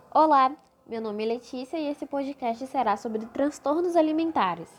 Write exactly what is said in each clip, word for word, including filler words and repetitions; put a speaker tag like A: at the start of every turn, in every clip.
A: Olá, meu nome é Letícia e esse podcast será sobre transtornos alimentares.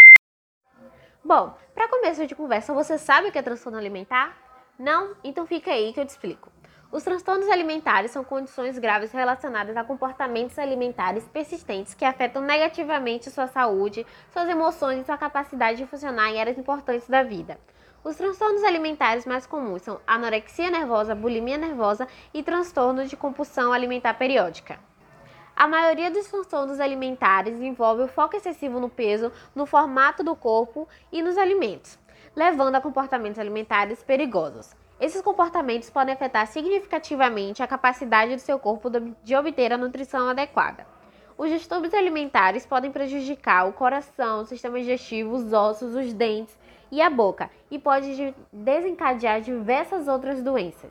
A: Bom, para começo de conversa, você sabe o que é transtorno alimentar? Não? Então fica aí que eu te explico. Os transtornos alimentares são condições graves relacionadas a comportamentos alimentares persistentes que afetam negativamente sua saúde, suas emoções e sua capacidade de funcionar em áreas importantes da vida. Os transtornos alimentares mais comuns são anorexia nervosa, bulimia nervosa e transtornos de compulsão alimentar periódica. A maioria dos transtornos alimentares envolve o foco excessivo no peso, no formato do corpo e nos alimentos, levando a comportamentos alimentares perigosos. Esses comportamentos podem afetar significativamente a capacidade do seu corpo de obter a nutrição adequada. Os distúrbios alimentares podem prejudicar o coração, o sistema digestivo, os ossos, os dentes e a boca, e pode desencadear diversas outras doenças.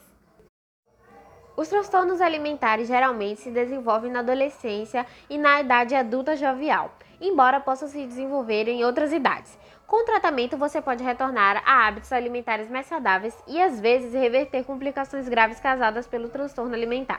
A: Os transtornos alimentares geralmente se desenvolvem na adolescência e na idade adulta jovial, embora possam se desenvolver em outras idades. Com o tratamento, você pode retornar a hábitos alimentares mais saudáveis e, às vezes, reverter complicações graves causadas pelo transtorno alimentar.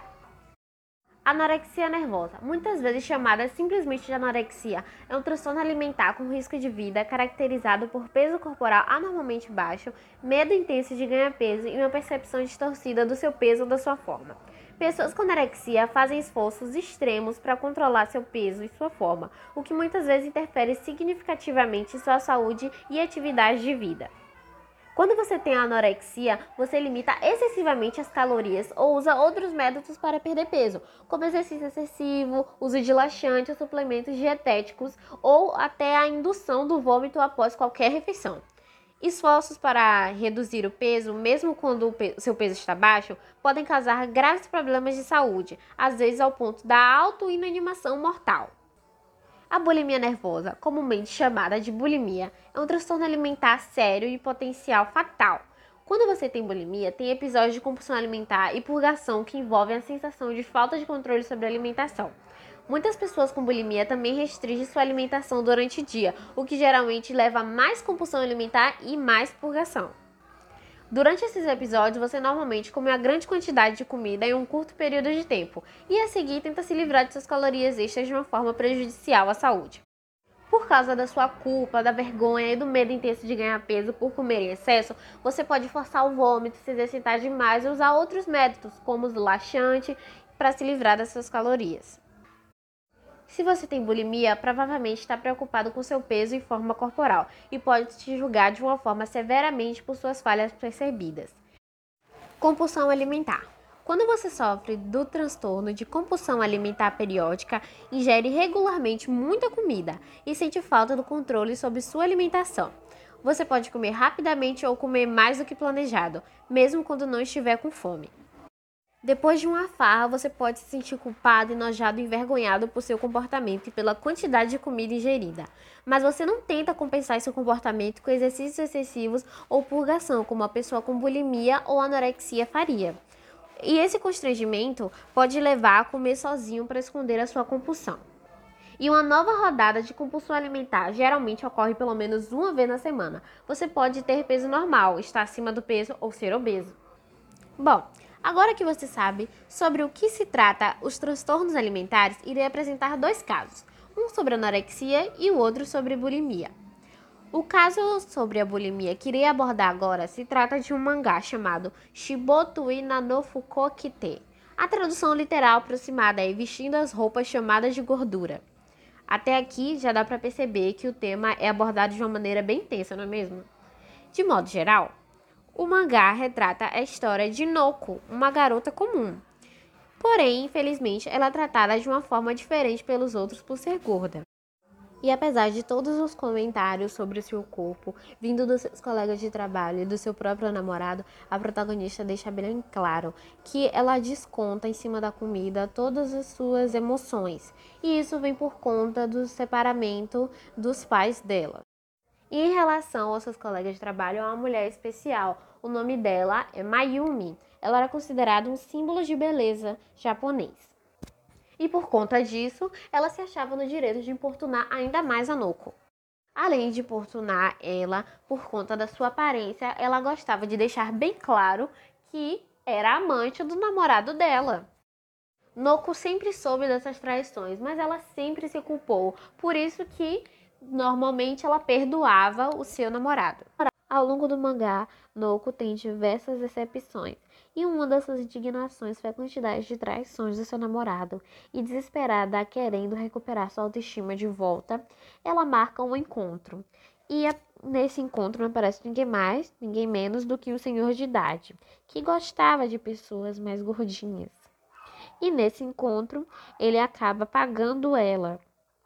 A: Anorexia nervosa, muitas vezes chamada simplesmente de anorexia, é um transtorno alimentar com risco de vida caracterizado por peso corporal anormalmente baixo, medo intenso de ganhar peso e uma percepção distorcida do seu peso ou da sua forma. Pessoas com anorexia fazem esforços extremos para controlar seu peso e sua forma, o que muitas vezes interfere significativamente em sua saúde e atividade de vida. Quando você tem anorexia, você limita excessivamente as calorias ou usa outros métodos para perder peso, como exercício excessivo, uso de laxantes, suplementos dietéticos ou até a indução do vômito após qualquer refeição. Esforços para reduzir o peso, mesmo quando o seu peso está baixo, podem causar graves problemas de saúde, às vezes ao ponto da autoinanimação mortal. A bulimia nervosa, comumente chamada de bulimia, é um transtorno alimentar sério e potencial fatal. Quando você tem bulimia, tem episódios de compulsão alimentar e purgação que envolvem a sensação de falta de controle sobre a alimentação. Muitas pessoas com bulimia também restringem sua alimentação durante o dia, o que geralmente leva a mais compulsão alimentar e mais purgação. Durante esses episódios, você normalmente come uma grande quantidade de comida em um curto período de tempo e a seguir tenta se livrar de suas calorias extras de uma forma prejudicial à saúde. Por causa da sua culpa, da vergonha e do medo intenso de ganhar peso por comer em excesso, você pode forçar o vômito, se exercitar demais e usar outros métodos, como o laxante, para se livrar das suas calorias. Se você tem bulimia, provavelmente está preocupado com seu peso e forma corporal e pode te julgar de uma forma severamente por suas falhas percebidas. Compulsão alimentar. Quando você sofre do transtorno de compulsão alimentar periódica, ingere regularmente muita comida e sente falta do controle sobre sua alimentação. Você pode comer rapidamente ou comer mais do que planejado, mesmo quando não estiver com fome. Depois de uma farra, você pode se sentir culpado, enojado e envergonhado por seu comportamento e pela quantidade de comida ingerida. Mas você não tenta compensar esse comportamento com exercícios excessivos ou purgação, como a pessoa com bulimia ou anorexia faria. E esse constrangimento pode levar a comer sozinho para esconder a sua compulsão. E uma nova rodada de compulsão alimentar geralmente ocorre pelo menos uma vez na semana. Você pode ter peso normal, estar acima do peso ou ser obeso. Bom, agora que você sabe sobre o que se trata os transtornos alimentares, irei apresentar dois casos, um sobre anorexia e o outro sobre bulimia. O caso sobre a bulimia que irei abordar agora se trata de um mangá chamado Shibotui Nanofuko Kite. A tradução literal aproximada é Vestindo as Roupas Chamadas de Gordura. Até aqui já dá para perceber que o tema é abordado de uma maneira bem intensa, não é mesmo? De modo geral, o mangá retrata a história de Noko, uma garota comum. Porém, infelizmente, ela é tratada de uma forma diferente pelos outros por ser gorda. E apesar de todos os comentários sobre o seu corpo, vindo dos seus colegas de trabalho e do seu próprio namorado, a protagonista deixa bem claro que ela desconta em cima da comida todas as suas emoções. E isso vem por conta do separamento dos pais dela. E em relação aos seus colegas de trabalho, é uma mulher especial. O nome dela é Mayumi. Ela era considerada um símbolo de beleza japonês. E por conta disso, ela se achava no direito de importunar ainda mais a Noko. Além de importunar ela por conta da sua aparência, ela gostava de deixar bem claro que era amante do namorado dela. Noko sempre soube dessas traições, mas ela sempre se culpou. Por isso que normalmente ela perdoava o seu namorado. Ao longo do mangá, Noko tem diversas decepções, e uma dessas indignações foi a quantidade de traições do seu namorado, e desesperada, querendo recuperar sua autoestima de volta, ela marca um encontro. E a, nesse encontro não aparece ninguém mais, ninguém menos do que um senhor de idade, que gostava de pessoas mais gordinhas. E nesse encontro, ele acaba pagando ela.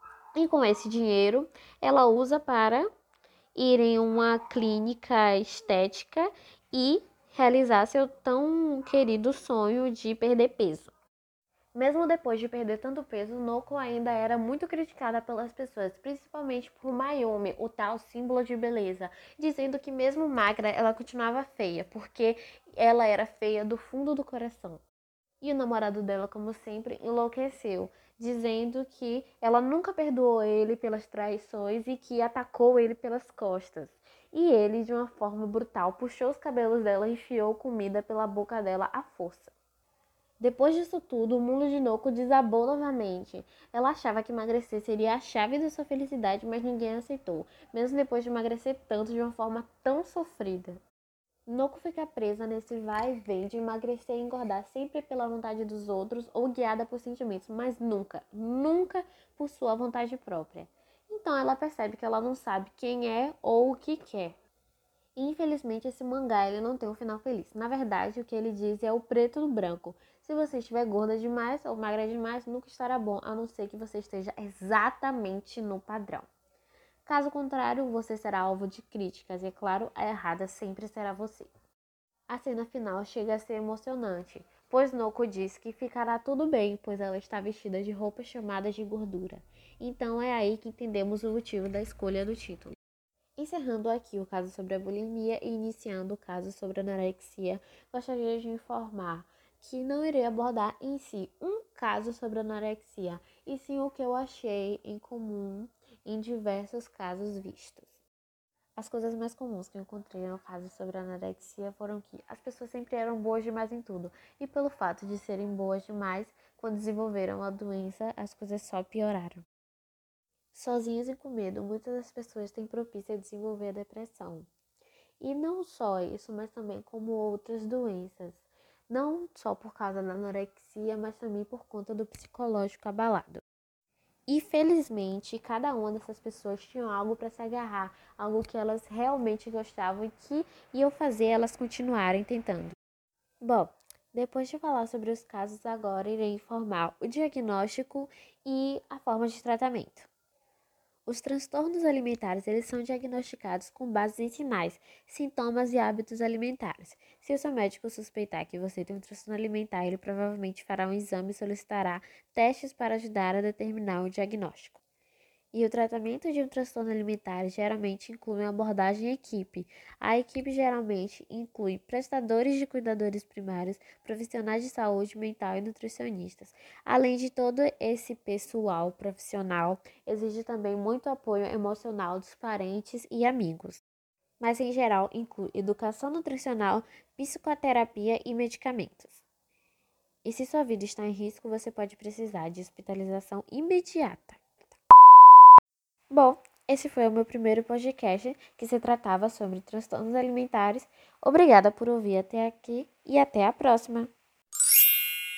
A: E com esse dinheiro, ela usa para ir em uma clínica estética e realizar seu tão querido sonho de perder peso. Mesmo depois de perder tanto peso, Noko ainda era muito criticada pelas pessoas, principalmente por Mayumi, o tal símbolo de beleza, dizendo que mesmo magra ela continuava feia, porque ela era feia do fundo do coração. E o namorado dela, como sempre, enlouqueceu, dizendo que ela nunca perdoou ele pelas traições e que atacou ele pelas costas. E ele, de uma forma brutal, puxou os cabelos dela e enfiou comida pela boca dela à força. Depois disso tudo, o mundo de Noko desabou novamente. Ela achava que emagrecer seria a chave da sua felicidade, mas ninguém aceitou, mesmo depois de emagrecer tanto de uma forma tão sofrida. Noko fica presa nesse vai e vem de emagrecer e engordar sempre pela vontade dos outros ou guiada por sentimentos, mas nunca, nunca por sua vontade própria. Então ela percebe que ela não sabe quem é ou o que quer. E, infelizmente, esse mangá ele não tem um final feliz. Na verdade, o que ele diz é o preto no branco. Se você estiver gorda demais ou magra demais, nunca estará bom, a não ser que você esteja exatamente no padrão. Caso contrário, você será alvo de críticas e, é claro, a errada sempre será você. A cena final chega a ser emocionante, pois Noko diz que ficará tudo bem, pois ela está vestida de roupas chamadas de gordura. Então é aí que entendemos o motivo da escolha do título. Encerrando aqui o caso sobre a bulimia e iniciando o caso sobre a anorexia, gostaria de informar que não irei abordar em si um caso sobre anorexia, e sim o que eu achei em comum em diversos casos vistos. As coisas mais comuns que eu encontrei no caso sobre a anorexia foram que as pessoas sempre eram boas demais em tudo, e pelo fato de serem boas demais, quando desenvolveram a doença, as coisas só pioraram. Sozinhas e com medo, muitas das pessoas têm propícia a desenvolver a depressão. E não só isso, mas também como outras doenças. Não só por causa da anorexia, mas também por conta do psicológico abalado. E felizmente, cada uma dessas pessoas tinha algo para se agarrar, algo que elas realmente gostavam e que iam fazer elas continuarem tentando. Bom, depois de falar sobre os casos, agora irei informar o diagnóstico e a forma de tratamento. Os transtornos alimentares, eles são diagnosticados com base em sinais, sintomas e hábitos alimentares. Se o seu médico suspeitar que você tem um transtorno alimentar, ele provavelmente fará um exame e solicitará testes para ajudar a determinar o diagnóstico. E o tratamento de um transtorno alimentar geralmente inclui uma abordagem em equipe. A equipe geralmente inclui prestadores de cuidadores primários, profissionais de saúde mental e nutricionistas. Além de todo esse pessoal profissional, exige também muito apoio emocional dos parentes e amigos. Mas, em geral, inclui educação nutricional, psicoterapia e medicamentos. E se sua vida está em risco, você pode precisar de hospitalização imediata. Bom, esse foi o meu primeiro podcast que se tratava sobre transtornos alimentares. Obrigada por ouvir até aqui e até a próxima!